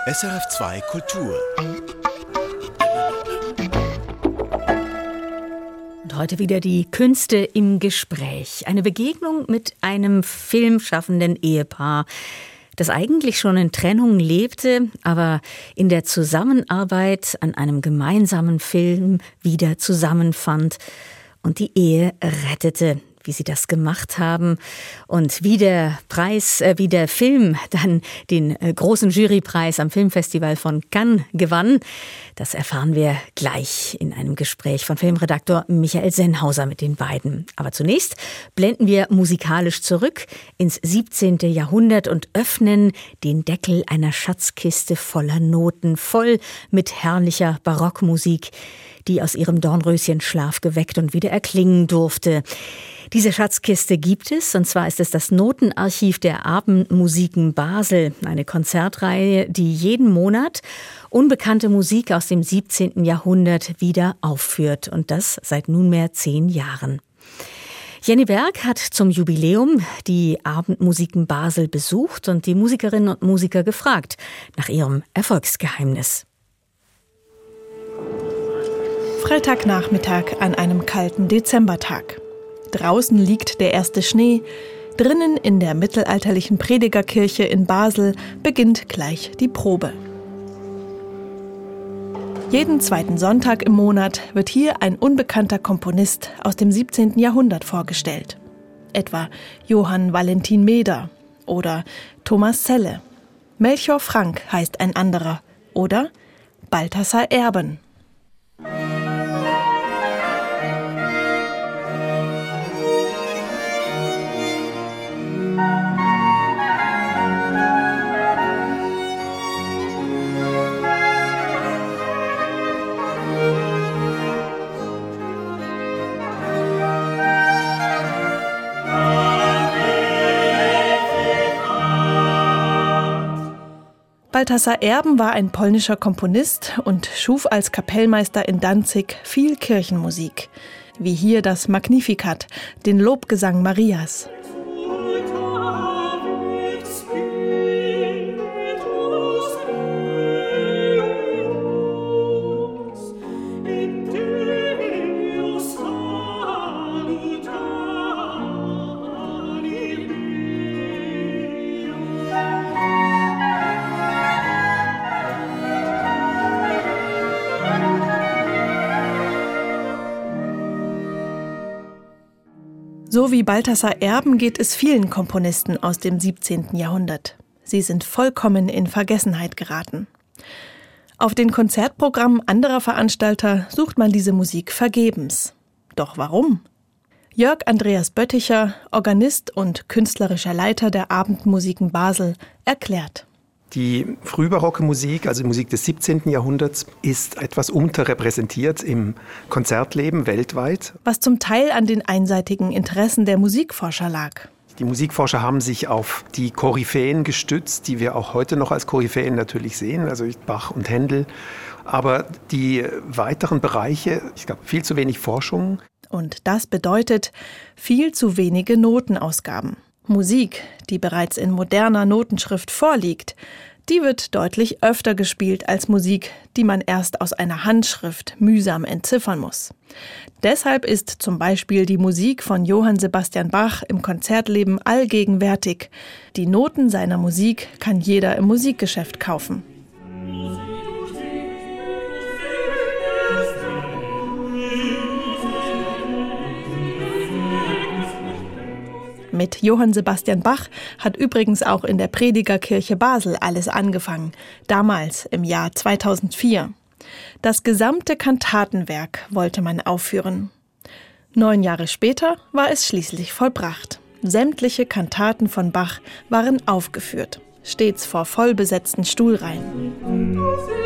SRF2 Kultur. Und heute wieder die Künste im Gespräch. Eine Begegnung mit einem filmschaffenden Ehepaar, das eigentlich schon in Trennung lebte, aber in der Zusammenarbeit an einem gemeinsamen Film wieder zusammenfand und die Ehe rettete. Wie sie das gemacht haben und wie der Film dann den großen Jurypreis am Filmfestival von Cannes gewann, das erfahren wir gleich in einem Gespräch von Filmredaktor Michael Sennhauser mit den beiden. Aber zunächst blenden wir musikalisch zurück ins 17. Jahrhundert und öffnen den Deckel einer Schatzkiste voller Noten, voll mit herrlicher Barockmusik, die aus ihrem Dornröschenschlaf geweckt und wieder erklingen durfte. Diese Schatzkiste gibt es, und zwar ist es das Notenarchiv der Abendmusiken Basel, eine Konzertreihe, die jeden Monat unbekannte Musik aus dem 17. Jahrhundert wieder aufführt, und das seit nunmehr 10 Jahren. Jenny Berg hat zum Jubiläum die Abendmusiken Basel besucht und die Musikerinnen und Musiker gefragt nach ihrem Erfolgsgeheimnis. Freitagnachmittag an einem kalten Dezembertag. Draußen liegt der erste Schnee. Drinnen in der mittelalterlichen Predigerkirche in Basel beginnt gleich die Probe. Jeden zweiten Sonntag im Monat wird hier ein unbekannter Komponist aus dem 17. Jahrhundert vorgestellt. Etwa Johann Valentin Meder oder Thomas Selle. Melchior Frank heißt ein anderer oder Balthasar Erben. Balthasar Erben war ein polnischer Komponist und schuf als Kapellmeister in Danzig viel Kirchenmusik, wie hier das Magnificat, den Lobgesang Marias. So wie Balthasar Erben geht es vielen Komponisten aus dem 17. Jahrhundert. Sie sind vollkommen in Vergessenheit geraten. Auf den Konzertprogrammen anderer Veranstalter sucht man diese Musik vergebens. Doch warum? Jörg Andreas Bötticher, Organist und künstlerischer Leiter der Abendmusiken Basel, erklärt. Die frühbarocke Musik, also die Musik des 17. Jahrhunderts, ist etwas unterrepräsentiert im Konzertleben weltweit. Was zum Teil an den einseitigen Interessen der Musikforscher lag. Die Musikforscher haben sich auf die Koryphäen gestützt, die wir auch heute noch als Koryphäen natürlich sehen, also Bach und Händel. Aber die weiteren Bereiche, ich glaube, viel zu wenig Forschung. Und das bedeutet viel zu wenige Notenausgaben. Musik, die bereits in moderner Notenschrift vorliegt, die wird deutlich öfter gespielt als Musik, die man erst aus einer Handschrift mühsam entziffern muss. Deshalb ist zum Beispiel die Musik von Johann Sebastian Bach im Konzertleben allgegenwärtig. Die Noten seiner Musik kann jeder im Musikgeschäft kaufen. Mit Johann Sebastian Bach hat übrigens auch in der Predigerkirche Basel alles angefangen, damals im Jahr 2004. Das gesamte Kantatenwerk wollte man aufführen. 9 Jahre später war es schließlich vollbracht. Sämtliche Kantaten von Bach waren aufgeführt, stets vor vollbesetzten Stuhlreihen.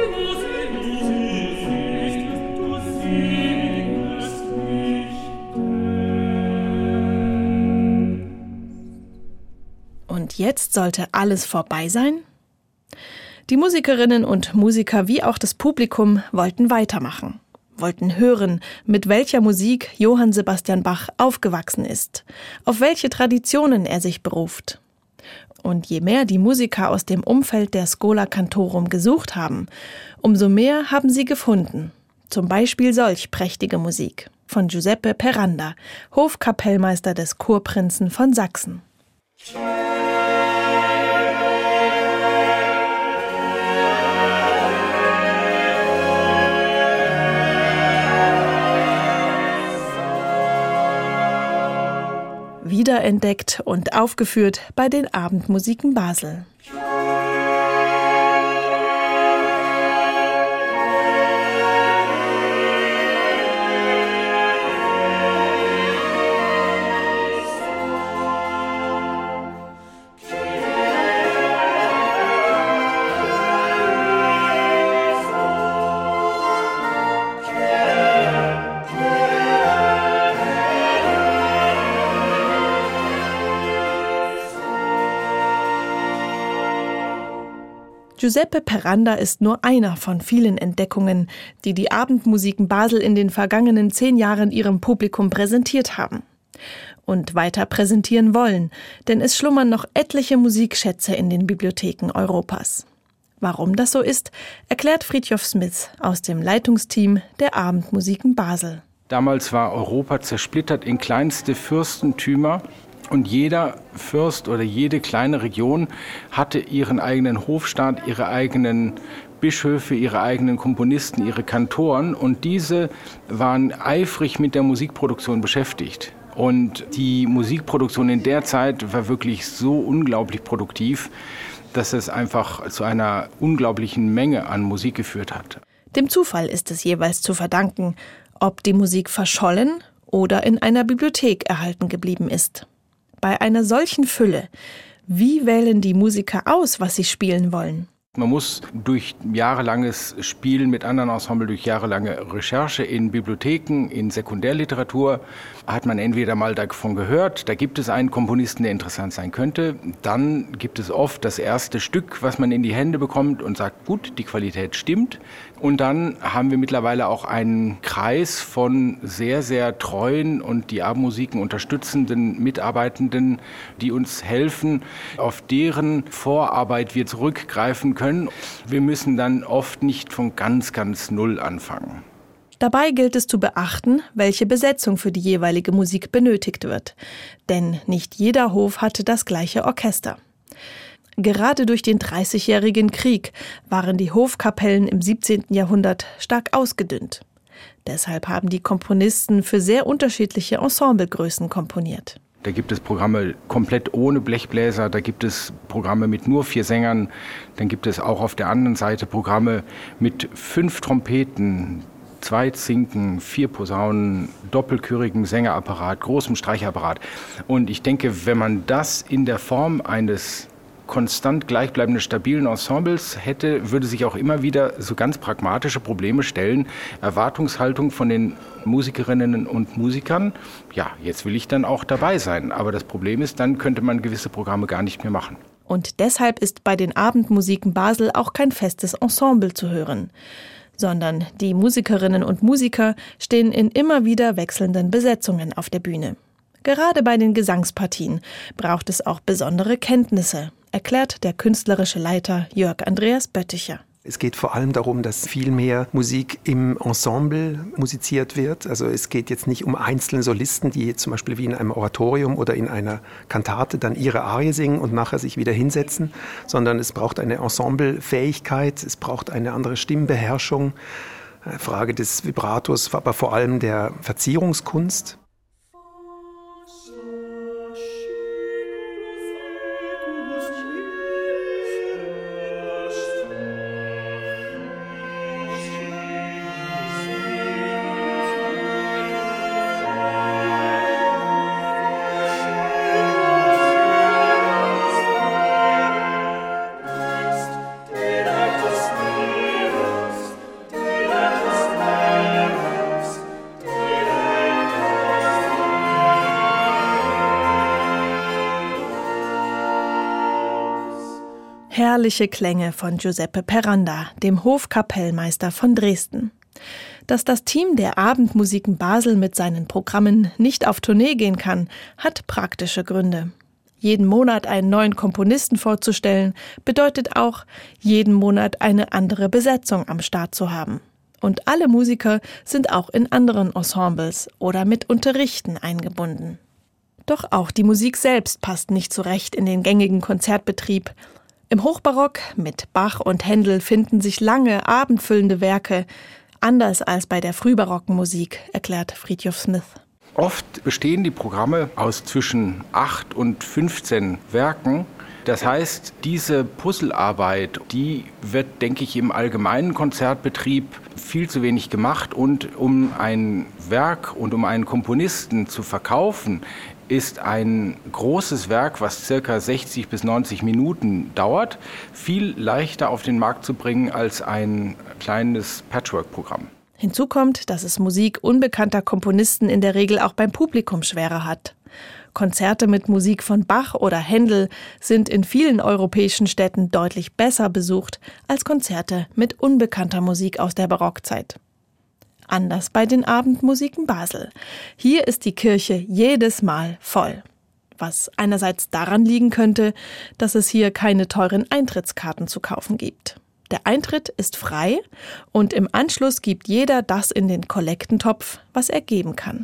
Und jetzt sollte alles vorbei sein? Die Musikerinnen und Musiker wie auch das Publikum wollten weitermachen, wollten hören, mit welcher Musik Johann Sebastian Bach aufgewachsen ist, auf welche Traditionen er sich beruft. Und je mehr die Musiker aus dem Umfeld der Schola Cantorum gesucht haben, umso mehr haben sie gefunden. Zum Beispiel solch prächtige Musik von Giuseppe Peranda, Hofkapellmeister des Kurprinzen von Sachsen. Wiederentdeckt und aufgeführt bei den Abendmusiken Basel. Giuseppe Peranda ist nur einer von vielen Entdeckungen, die die Abendmusiken Basel in den vergangenen 10 Jahren ihrem Publikum präsentiert haben. Und weiter präsentieren wollen, denn es schlummern noch etliche Musikschätze in den Bibliotheken Europas. Warum das so ist, erklärt Fridtjof Smits aus dem Leitungsteam der Abendmusiken Basel. Damals war Europa zersplittert in kleinste Fürstentümer. Und jeder Fürst oder jede kleine Region hatte ihren eigenen Hofstaat, ihre eigenen Bischöfe, ihre eigenen Komponisten, ihre Kantoren. Und diese waren eifrig mit der Musikproduktion beschäftigt. Und die Musikproduktion in der Zeit war wirklich so unglaublich produktiv, dass es einfach zu einer unglaublichen Menge an Musik geführt hat. Dem Zufall ist es jeweils zu verdanken, ob die Musik verschollen oder in einer Bibliothek erhalten geblieben ist. Bei einer solchen Fülle, wie wählen die Musiker aus, was sie spielen wollen? Man muss durch jahrelanges Spielen mit anderen Ensembles, durch jahrelange Recherche in Bibliotheken, in Sekundärliteratur, hat man entweder mal davon gehört, da gibt es einen Komponisten, der interessant sein könnte. Dann gibt es oft das erste Stück, was man in die Hände bekommt und sagt, gut, die Qualität stimmt. Und dann haben wir mittlerweile auch einen Kreis von sehr, sehr treuen und die Abendmusiken unterstützenden Mitarbeitenden, die uns helfen, auf deren Vorarbeit wir zurückgreifen können. Wir müssen dann oft nicht von ganz null anfangen. Dabei gilt es zu beachten, welche Besetzung für die jeweilige Musik benötigt wird. Denn nicht jeder Hof hatte das gleiche Orchester. Gerade durch den 30-jährigen Krieg waren die Hofkapellen im 17. Jahrhundert stark ausgedünnt. Deshalb haben die Komponisten für sehr unterschiedliche Ensemblegrößen komponiert. Da gibt es Programme komplett ohne Blechbläser, da gibt es Programme mit nur 4 Sängern, dann gibt es auch auf der anderen Seite Programme mit 5 Trompeten, 2 Zinken, 4 Posaunen, doppelchörigem Sängerapparat, großem Streichapparat. Und ich denke, wenn man das in der Form eines konstant gleichbleibenden, stabilen Ensembles hätte, würde sich auch immer wieder so ganz pragmatische Probleme stellen. Erwartungshaltung von den Musikerinnen und Musikern. Ja, jetzt will ich dann auch dabei sein. Aber das Problem ist, dann könnte man gewisse Programme gar nicht mehr machen. Und deshalb ist bei den Abendmusiken Basel auch kein festes Ensemble zu hören, sondern die Musikerinnen und Musiker stehen in immer wieder wechselnden Besetzungen auf der Bühne. Gerade bei den Gesangspartien braucht es auch besondere Kenntnisse, erklärt der künstlerische Leiter Jörg Andreas Bötticher. Es geht vor allem darum, dass viel mehr Musik im Ensemble musiziert wird. Also es geht jetzt nicht um einzelne Solisten, die zum Beispiel wie in einem Oratorium oder in einer Kantate dann ihre Arie singen und nachher sich wieder hinsetzen, sondern es braucht eine Ensemblefähigkeit, es braucht eine andere Stimmbeherrschung, eine Frage des Vibratos, aber vor allem der Verzierungskunst. Herrliche Klänge von Giuseppe Peranda, dem Hofkapellmeister von Dresden. Dass das Team der Abendmusiken Basel mit seinen Programmen nicht auf Tournee gehen kann, hat praktische Gründe. Jeden Monat einen neuen Komponisten vorzustellen, bedeutet auch, jeden Monat eine andere Besetzung am Start zu haben. Und alle Musiker sind auch in anderen Ensembles oder mit Unterrichten eingebunden. Doch auch die Musik selbst passt nicht so recht in den gängigen Konzertbetrieb. Im Hochbarock mit Bach und Händel finden sich lange, abendfüllende Werke, anders als bei der frühbarocken Musik, erklärt Fridtjof Smith. Oft bestehen die Programme aus zwischen 8 und 15 Werken. Das heißt, diese Puzzlearbeit, die wird, denke ich, im allgemeinen Konzertbetrieb viel zu wenig gemacht. Und um ein Werk und um einen Komponisten zu verkaufen, ist ein großes Werk, was circa 60 bis 90 Minuten dauert, viel leichter auf den Markt zu bringen als ein kleines Patchwork-Programm. Hinzu kommt, dass es Musik unbekannter Komponisten in der Regel auch beim Publikum schwerer hat. Konzerte mit Musik von Bach oder Händel sind in vielen europäischen Städten deutlich besser besucht als Konzerte mit unbekannter Musik aus der Barockzeit. Anders bei den Abendmusiken Basel. Hier ist die Kirche jedes Mal voll. Was einerseits daran liegen könnte, dass es hier keine teuren Eintrittskarten zu kaufen gibt. Der Eintritt ist frei und im Anschluss gibt jeder das in den Kollektentopf, was er geben kann.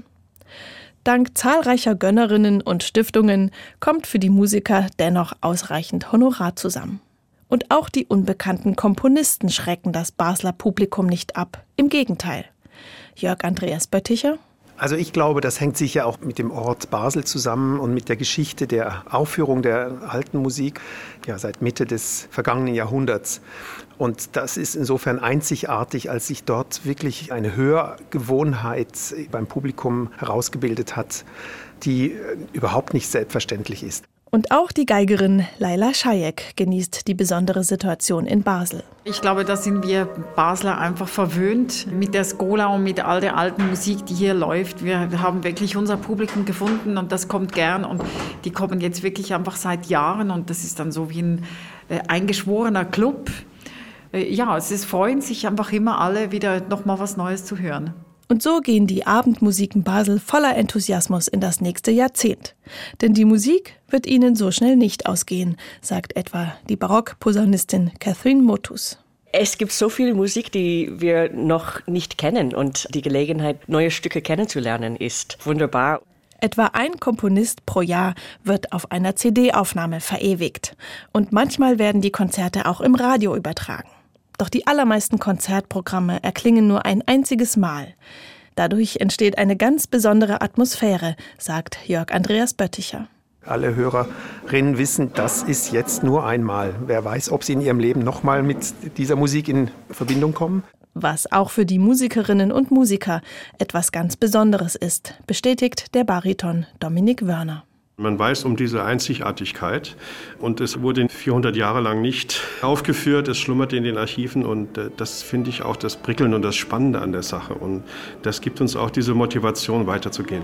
Dank zahlreicher Gönnerinnen und Stiftungen kommt für die Musiker dennoch ausreichend Honorar zusammen. Und auch die unbekannten Komponisten schrecken das Basler Publikum nicht ab. Im Gegenteil. Jörg Andreas Bötticher. Also ich glaube, das hängt sicher auch mit dem Ort Basel zusammen und mit der Geschichte der Aufführung der alten Musik, ja, seit Mitte des vergangenen Jahrhunderts. Und das ist insofern einzigartig, als sich dort wirklich eine Hörgewohnheit beim Publikum herausgebildet hat, die überhaupt nicht selbstverständlich ist. Und auch die Geigerin Laila Schajek genießt die besondere Situation in Basel. Ich glaube, da sind wir Basler einfach verwöhnt mit der Schola und mit all der alten Musik, die hier läuft. Wir haben wirklich unser Publikum gefunden und das kommt gern. Und die kommen jetzt wirklich einfach seit Jahren und das ist dann so wie ein eingeschworener Club. Ja, freuen sich einfach immer alle, wieder nochmal was Neues zu hören. Und so gehen die Abendmusiken Basel voller Enthusiasmus in das nächste Jahrzehnt. Denn die Musik wird ihnen so schnell nicht ausgehen, sagt etwa die Barock-Posaunistin Catherine Motus. Es gibt so viel Musik, die wir noch nicht kennen und die Gelegenheit, neue Stücke kennenzulernen, ist wunderbar. Etwa ein Komponist pro Jahr wird auf einer CD-Aufnahme verewigt. Und manchmal werden die Konzerte auch im Radio übertragen. Doch die allermeisten Konzertprogramme erklingen nur ein einziges Mal. Dadurch entsteht eine ganz besondere Atmosphäre, sagt Jörg Andreas Bötticher. Alle Hörerinnen wissen, das ist jetzt nur einmal. Wer weiß, ob sie in ihrem Leben nochmal mit dieser Musik in Verbindung kommen. Was auch für die Musikerinnen und Musiker etwas ganz Besonderes ist, bestätigt der Bariton Dominik Wörner. Man weiß um diese Einzigartigkeit und es wurde 400 Jahre lang nicht aufgeführt, es schlummerte in den Archiven und das finde ich auch das Prickelnde und das Spannende an der Sache und das gibt uns auch diese Motivation weiterzugehen.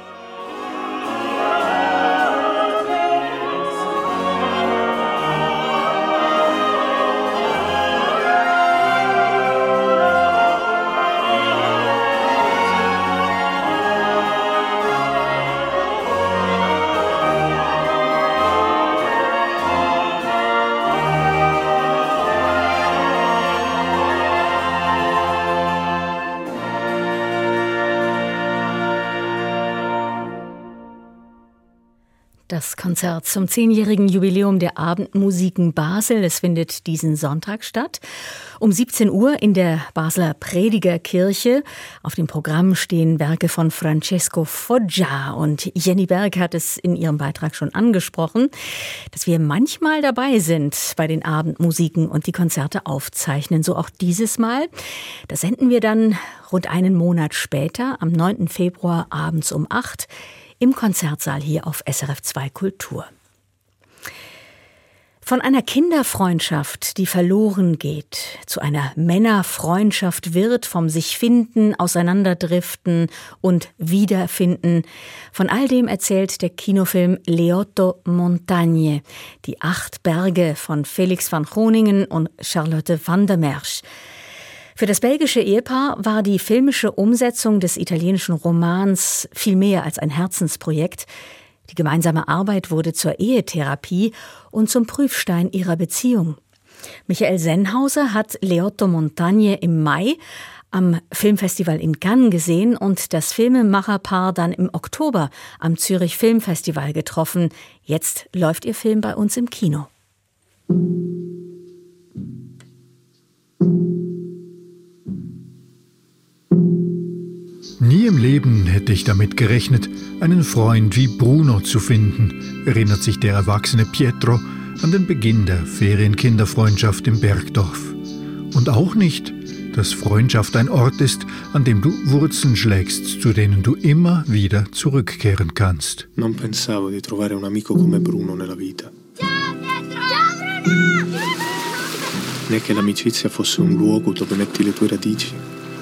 Das Konzert zum 10-jährigen Jubiläum der Abendmusiken Basel. Es findet diesen Sonntag statt. Um 17 Uhr in der Basler Predigerkirche. Auf dem Programm stehen Werke von Francesco Foggia. Und Jenny Berg hat es in ihrem Beitrag schon angesprochen, dass wir manchmal dabei sind bei den Abendmusiken und die Konzerte aufzeichnen. So auch dieses Mal. Das senden wir dann rund einen Monat später, am 9. Februar abends um 8 im Konzertsaal hier auf SRF 2 Kultur. Von einer Kinderfreundschaft, die verloren geht, zu einer Männerfreundschaft wird, vom sich finden, auseinanderdriften und wiederfinden. Von all dem erzählt der Kinofilm Le Otto Montagne, die 8 Berge von Felix van Groningen und Charlotte van der Merch. Für das belgische Ehepaar war die filmische Umsetzung des italienischen Romans viel mehr als ein Herzensprojekt. Die gemeinsame Arbeit wurde zur Ehetherapie und zum Prüfstein ihrer Beziehung. Michael Sennhauser hat Leotto Montagne im Mai am Filmfestival in Cannes gesehen und das Filmemacherpaar dann im Oktober am Zürich Filmfestival getroffen. Jetzt läuft ihr Film bei uns im Kino. Nie im Leben hätte ich damit gerechnet, einen Freund wie Bruno zu finden, erinnert sich der erwachsene Pietro an den Beginn der Ferienkinderfreundschaft im Bergdorf. Und auch nicht, dass Freundschaft ein Ort ist, an dem du Wurzeln schlägst, zu denen du immer wieder zurückkehren kannst. Non pensavo di trovare un amico come Bruno nella vita. Ciao Pietro! Ciao Bruno! Né che l'amicizia fosse un luogo dove metti le tue radici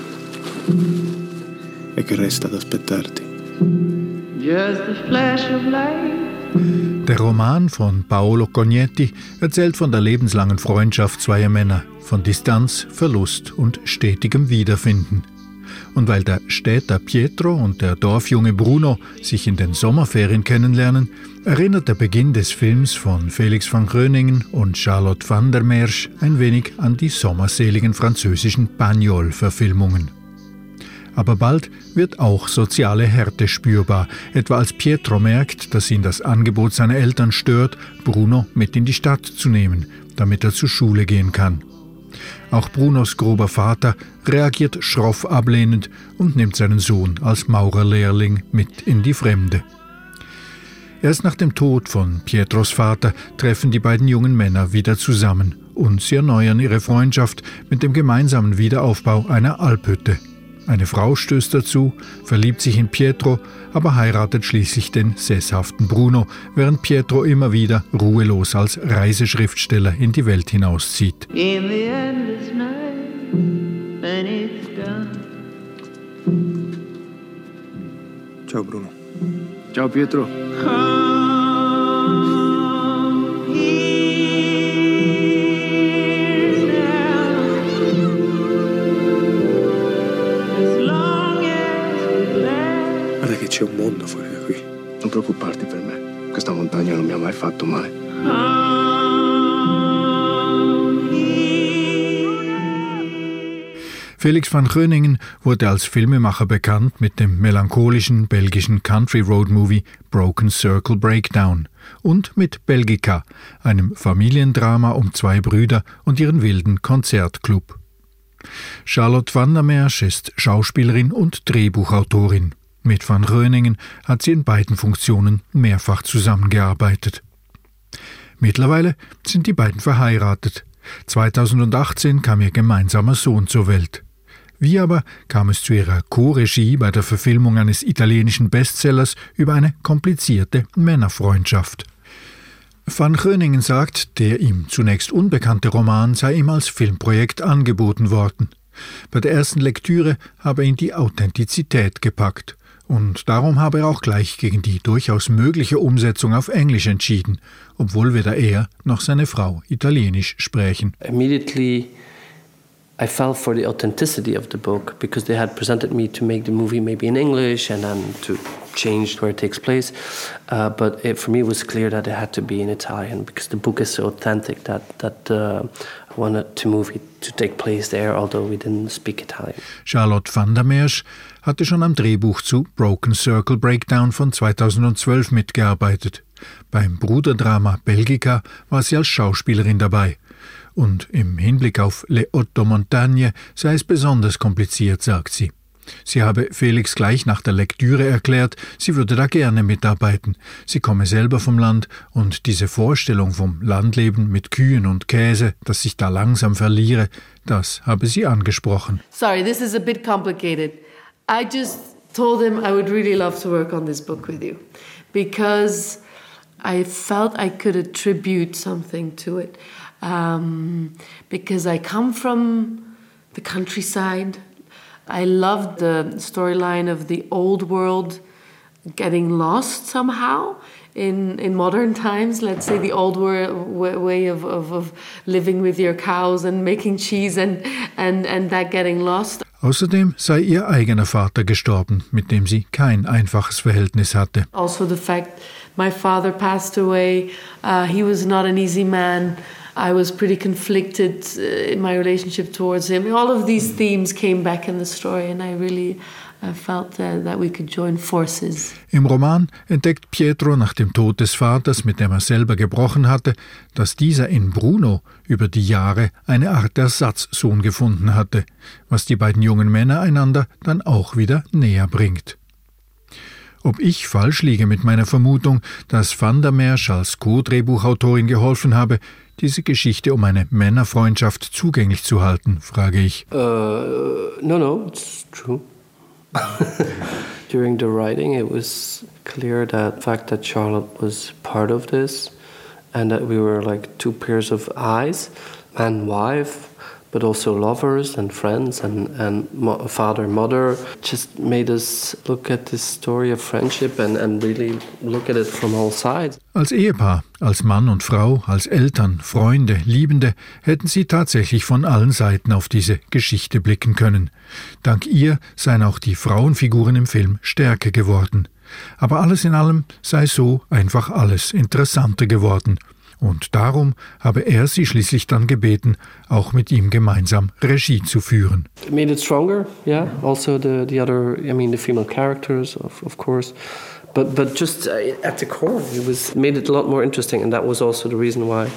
e che resta ad aspettarti. Just a flash of light. Der Roman von Paolo Cognetti erzählt von der lebenslangen Freundschaft zweier Männer, von Distanz, Verlust und stetigem Wiederfinden. Und weil der Städter Pietro und der Dorfjunge Bruno sich in den Sommerferien kennenlernen, erinnert der Beginn des Films von Felix van Gröningen und Charlotte van der Meersch ein wenig an die sommerseligen französischen Pagnol-Verfilmungen. Aber bald wird auch soziale Härte spürbar, etwa als Pietro merkt, dass ihn das Angebot seiner Eltern stört, Bruno mit in die Stadt zu nehmen, damit er zur Schule gehen kann. Auch Brunos grober Vater reagiert schroff ablehnend und nimmt seinen Sohn als Maurerlehrling mit in die Fremde. Erst nach dem Tod von Pietros Vater treffen die beiden jungen Männer wieder zusammen und sie erneuern ihre Freundschaft mit dem gemeinsamen Wiederaufbau einer Alphütte. Eine Frau stößt dazu, verliebt sich in Pietro, aber heiratet schließlich den sesshaften Bruno, während Pietro immer wieder ruhelos als Reiseschriftsteller in die Welt hinauszieht. In the endless night, when it's done. Ciao Bruno. Ciao Pietro. C'è un mondo fuori da qui. Non preoccuparti per me. Questa montagna non mi ha mai fatto male. Felix van Gröningen wurde als Filmemacher bekannt mit dem melancholischen belgischen Country-Road-Movie Broken Circle Breakdown und mit Belgica, einem Familiendrama um zwei Brüder und ihren wilden Konzertclub. Charlotte van der Meersch ist Schauspielerin und Drehbuchautorin. Mit van Gröningen hat sie in beiden Funktionen mehrfach zusammengearbeitet. Mittlerweile sind die beiden verheiratet. 2018 kam ihr gemeinsamer Sohn zur Welt. Wie aber kam es zu ihrer Co-Regie bei der Verfilmung eines italienischen Bestsellers über eine komplizierte Männerfreundschaft? Van Gröningen sagt, der ihm zunächst unbekannte Roman sei ihm als Filmprojekt angeboten worden. Bei der ersten Lektüre habe ihn die Authentizität gepackt. Und darum habe er auch gleich gegen die durchaus mögliche Umsetzung auf Englisch entschieden, obwohl weder er noch seine Frau Italienisch sprechen. Immediately I fell for the authenticity of the book because they had presented me to make the movie maybe in English and then to change where it takes place. But for me it was clear that it had to be in Italian because the book is so authentic that I wanted the movie to take place there, although we didn't speak Italian. Charlotte van der Meersch hatte schon am Drehbuch zu Broken Circle Breakdown von 2012 mitgearbeitet. Beim Bruderdrama Belgica war sie als Schauspielerin dabei. Und im Hinblick auf Leotto Montagne sei es besonders kompliziert, sagt sie. Sie habe Felix gleich nach der Lektüre erklärt, sie würde da gerne mitarbeiten. Sie komme selber vom Land und diese Vorstellung vom Landleben mit Kühen und Käse, das sich da langsam verliere, das habe sie angesprochen. Sorry, this is a bit complicated. I just told him I would really love to work on this book with you because I felt I could attribute something to it. Because I come from the countryside. I loved the storyline of the old world getting lost somehow in modern times. Let's say the old way of living with your cows and making cheese and that getting lost. Außerdem sei ihr eigener Vater gestorben, mit dem sie kein einfaches Verhältnis hatte. Also the fact my father passed away, he was not an easy man. I was pretty conflicted in my relationship towards him. All of these themes came back in the story and I really felt that we could join forces. Im Roman entdeckt Pietro nach dem Tod des Vaters, mit dem er selber gebrochen hatte, dass dieser in Bruno über die Jahre eine Art Ersatzsohn gefunden hatte, was die beiden jungen Männer einander dann auch wieder näher bringt. Ob ich falsch liege mit meiner Vermutung, dass Van der Merch als Co-Drehbuchautorin geholfen habe, diese Geschichte um eine Männerfreundschaft zugänglich zu halten, frage ich. No, it's true. During the writing, it was clear that the fact that Charlotte was part of this and that we were like two pairs of eyes, man and wife, but also lovers and friends and father and mother, just made us look at this story of friendship and really look at it from all sides. Als Ehepaar, als Mann und Frau, als Eltern, Freunde, Liebende hätten sie tatsächlich von allen Seiten auf diese Geschichte blicken können. Dank ihr seien auch die Frauenfiguren im Film stärker geworden. Aber alles in allem sei so einfach alles interessanter geworden. Und darum habe er sie schließlich dann gebeten, auch mit ihm gemeinsam Regie zu führen. It made it stronger, yeah. Also the other, the female characters, of course. But just at the core, made it a lot more interesting, and that was also the reason why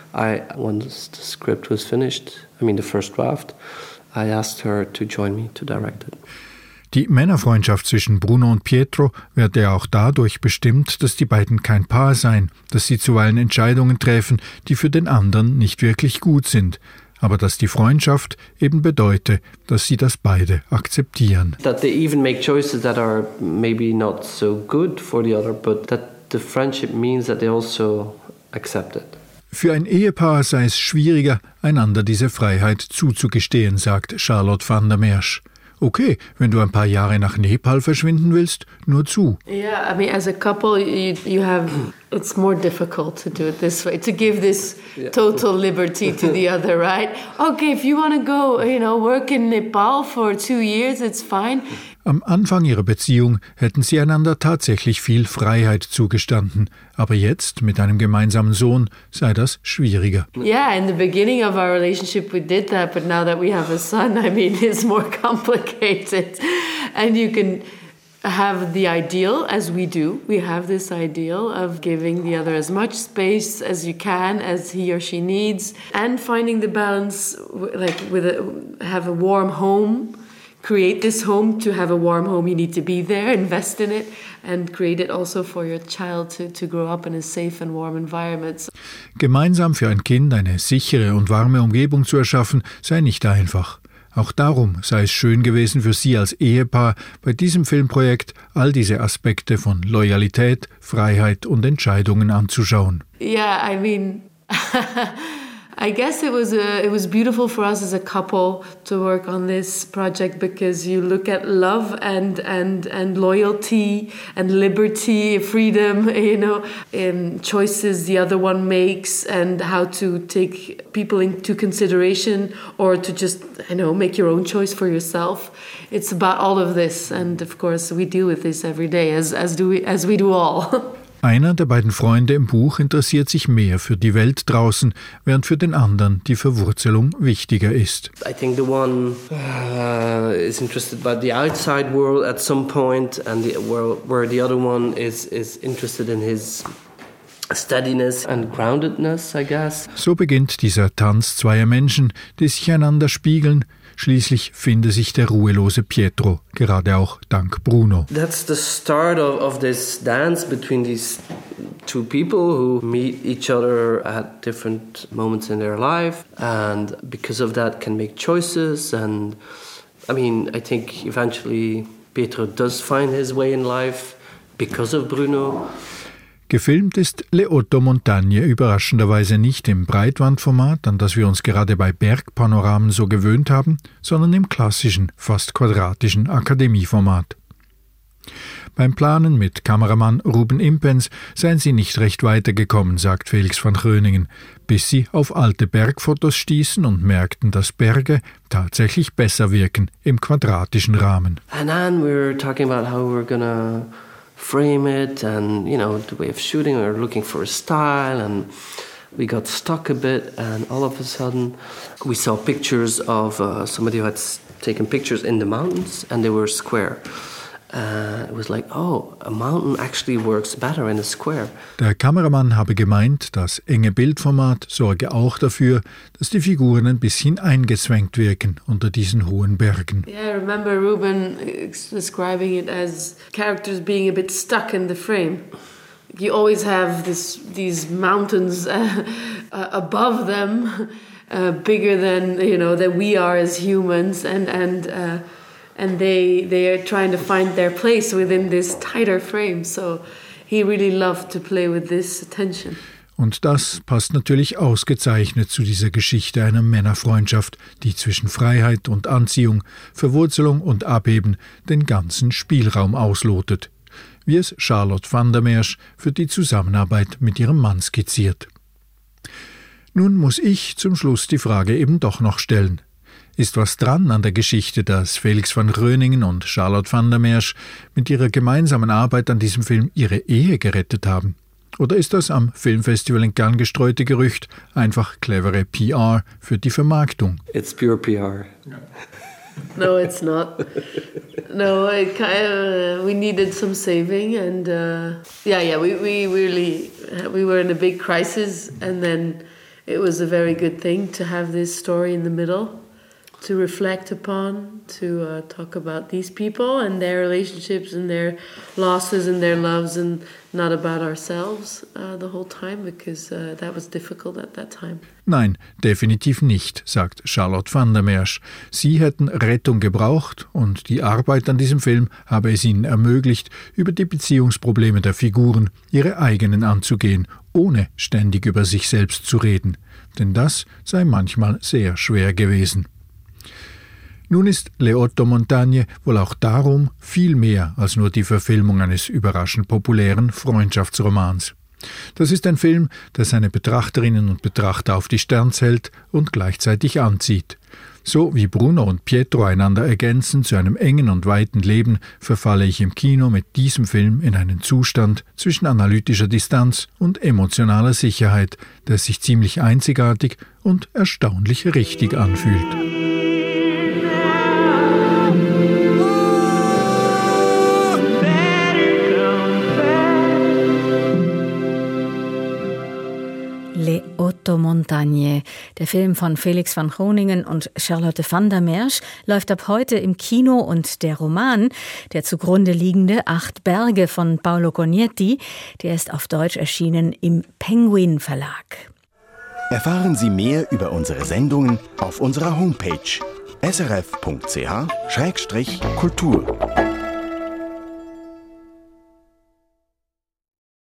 once the script was finished, the first draft, I asked her to join me to direct it. Die Männerfreundschaft zwischen Bruno und Pietro werde ja auch dadurch bestimmt, dass die beiden kein Paar seien, dass sie zuweilen Entscheidungen treffen, die für den anderen nicht wirklich gut sind, aber dass die Freundschaft eben bedeute, dass sie das beide akzeptieren. That they even make choices that are maybe not so good for the other, but that the friendship means that they also accept it. Für ein Ehepaar sei es schwieriger, einander diese Freiheit zuzugestehen, sagt Charlotte Van der Merch. Okay, wenn du ein paar Jahre nach Nepal verschwinden willst, nur zu. Yeah, as a couple, you have, it's more difficult to do it this way, to give this total liberty to the other, right? Okay, if you want to go, work in Nepal for 2 years, it's fine. Am Anfang ihrer Beziehung hätten sie einander tatsächlich viel Freiheit zugestanden. Aber jetzt, mit einem gemeinsamen Sohn, sei das schwieriger. Yeah, in the beginning of our relationship we did that, but now that we have a son, it's more complicated. And you can have the ideal, as we do. We have this ideal of giving the other as much space as you can, as he or she needs, and finding the balance, have a warm home. Create this home. To have a warm home, you need to be there, invest in it, and create it also for your child to grow up in a safe and warm environment. Gemeinsam für ein Kind eine sichere und warme Umgebung zu erschaffen, sei nicht einfach. Auch darum sei es schön gewesen für sie als Ehepaar, bei diesem Filmprojekt all diese Aspekte von Loyalität, Freiheit und Entscheidungen anzuschauen. Yeah, I guess it was beautiful for us as a couple to work on this project because you look at love and loyalty and liberty, freedom, in choices the other one makes and how to take people into consideration or to just, make your own choice for yourself. It's about all of this, and of course we deal with this every day as we do all. Einer der beiden Freunde im Buch interessiert sich mehr für die Welt draußen, während für den anderen die Verwurzelung wichtiger ist. I think the one is interested by the outside world at some point, and where the other one is interested in his steadiness and groundedness, I guess. So beginnt dieser Tanz zweier Menschen, die sich einander spiegeln. Schließlich finde sich der ruhelose Pietro, gerade auch dank Bruno. That's the start of this dance between these two people who meet each other at different moments in their life, and because of that can make choices. And I think eventually Pietro does find his way in life because of Bruno. Gefilmt ist Le Otto Montagne überraschenderweise nicht im Breitbandformat, an das wir uns gerade bei Bergpanoramen so gewöhnt haben, sondern im klassischen, fast quadratischen Akademieformat. Beim Planen mit Kameramann Ruben Impens seien sie nicht recht weitergekommen, sagt Felix van Gröningen, bis sie auf alte Bergfotos stießen und merkten, dass Berge tatsächlich besser wirken im quadratischen Rahmen. And then we were talking about how we're gonna frame it and, the way of shooting. We were looking for a style and we got stuck a bit, and all of a sudden we saw pictures of somebody who had taken pictures in the mountains and they were square. It was like, a mountain actually works better in a square. Der Kameramann habe gemeint, das enge Bildformat sorge auch dafür, dass die Figuren ein bisschen eingezwängt wirken unter diesen hohen Bergen. Yeah, I remember Ruben describing it as characters being a bit stuck in the frame. You always have these mountains above them, bigger than than we are as humans, and they are trying to find their place within this tighter frame. So he really loved to play with this tension. Und das passt natürlich ausgezeichnet zu dieser Geschichte einer Männerfreundschaft, die zwischen Freiheit und Anziehung, Verwurzelung und Abheben den ganzen Spielraum auslotet, wie es Charlotte van der Meersch für die Zusammenarbeit mit ihrem Mann skizziert. Nun muss ich zum Schluss die Frage eben doch noch stellen. Ist was dran an der Geschichte, dass Felix van Gröningen und Charlotte van der Meersch mit ihrer gemeinsamen Arbeit an diesem Film ihre Ehe gerettet haben? Oder ist das am Filmfestival in Cannes gestreute Gerücht einfach clevere PR für die Vermarktung? It's pure PR. No, it's not. No, we needed some saving, and we were in a big crisis, and then it was a very good thing to have this story in the middle, to reflect upon, to talk about these people and their relationships and their losses and their loves, and not about ourselves the whole time, because that was difficult at that time. Nein, definitiv nicht, sagt Charlotte van der Meersch. Sie hätten Rettung gebraucht und die Arbeit an diesem Film habe es ihnen ermöglicht, über die Beziehungsprobleme der Figuren, ihre eigenen anzugehen, ohne ständig über sich selbst zu reden. Denn das sei manchmal sehr schwer gewesen. Nun ist Le Otto Montagne wohl auch darum viel mehr als nur die Verfilmung eines überraschend populären Freundschaftsromans. Das ist ein Film, der seine Betrachterinnen und Betrachter auf die Sterns hält und gleichzeitig anzieht. So wie Bruno und Pietro einander ergänzen zu einem engen und weiten Leben, verfalle ich im Kino mit diesem Film in einen Zustand zwischen analytischer Distanz und emotionaler Sicherheit, der sich ziemlich einzigartig und erstaunlich richtig anfühlt. Le Otto Montagne. Der Film von Felix van Gröningen und Charlotte van der Meersch läuft ab heute im Kino, und der Roman, der zugrunde liegende 8 Berge von Paolo Cognetti, der ist auf Deutsch erschienen im Penguin Verlag. Erfahren Sie mehr über unsere Sendungen auf unserer Homepage srf.ch/kultur.